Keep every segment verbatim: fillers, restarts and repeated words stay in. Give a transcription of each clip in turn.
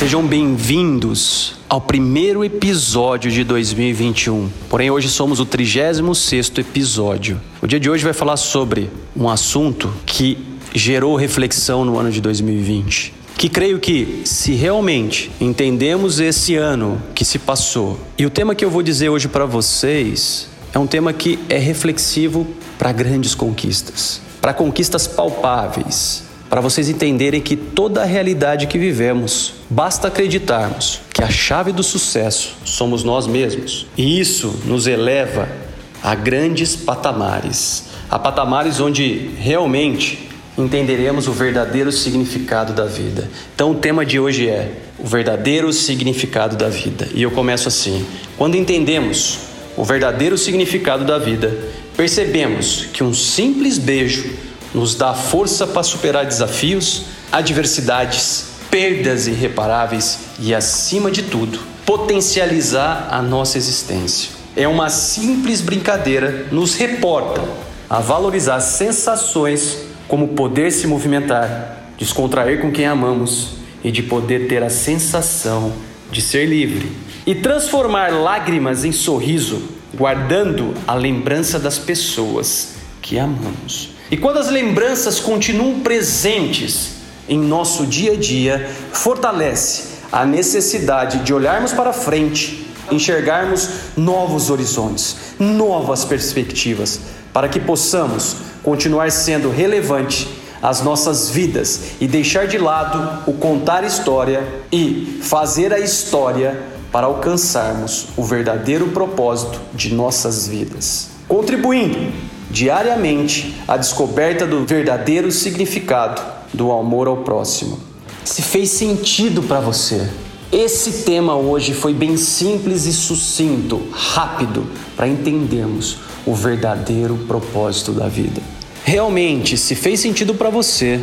Sejam bem-vindos ao primeiro episódio de dois mil e vinte e um. Porém, hoje somos o trigésimo sexto episódio. O dia de hoje vai falar sobre um assunto que gerou reflexão no ano de dois mil e vinte. Que creio que, se realmente entendemos esse ano que se passou, e o tema que eu vou dizer hoje para vocês é um tema que é reflexivo para grandes conquistas, para conquistas palpáveis, para vocês entenderem que toda a realidade que vivemos, basta acreditarmos que a chave do sucesso somos nós mesmos. E isso nos eleva a grandes patamares, a patamares onde realmente entenderemos o verdadeiro significado da vida. Então o tema de hoje é o verdadeiro significado da vida. E eu começo assim: quando entendemos o verdadeiro significado da vida, percebemos que um simples beijo nos dá força para superar desafios, adversidades, perdas irreparáveis e, acima de tudo, potencializar a nossa existência. É uma simples brincadeira nos reporta a valorizar sensações como poder se movimentar, descontrair com quem amamos e de poder ter a sensação de ser livre e transformar lágrimas em sorriso, guardando a lembrança das pessoas que amamos. E quando as lembranças continuam presentes em nosso dia a dia, fortalece a necessidade de olharmos para frente, enxergarmos novos horizontes, novas perspectivas, para que possamos continuar sendo relevante às nossas vidas e deixar de lado o contar história e fazer a história para alcançarmos o verdadeiro propósito de nossas vidas, contribuindo diariamente à descoberta do verdadeiro significado do amor ao próximo. Se fez sentido para você, esse tema hoje foi bem simples e sucinto, rápido, para entendermos o verdadeiro propósito da vida. Realmente, se fez sentido para você,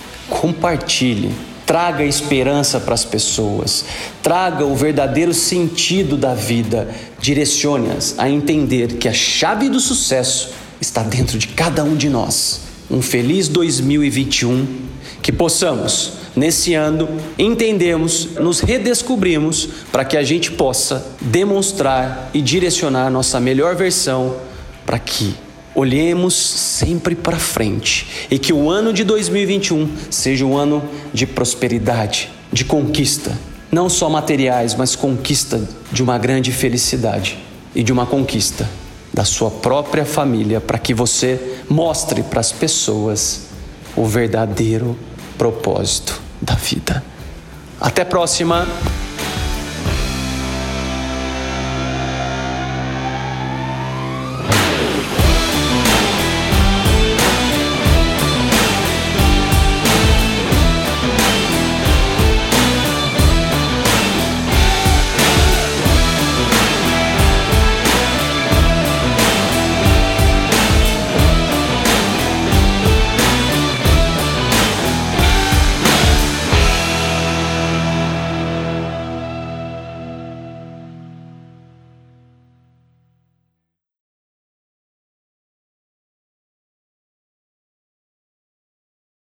compartilhe. Traga esperança para as pessoas, traga o verdadeiro sentido da vida, direcione-as a entender que a chave do sucesso está dentro de cada um de nós. Um feliz dois mil e vinte e um, que possamos, nesse ano, entendermos, nos redescobrimos para que a gente possa demonstrar e direcionar a nossa melhor versão para que olhemos sempre para frente e que o ano de dois mil e vinte e um seja um ano de prosperidade, de conquista, não só materiais, mas conquista de uma grande felicidade e de uma conquista da sua própria família, para que você mostre para as pessoas o verdadeiro propósito da vida. Até a próxima!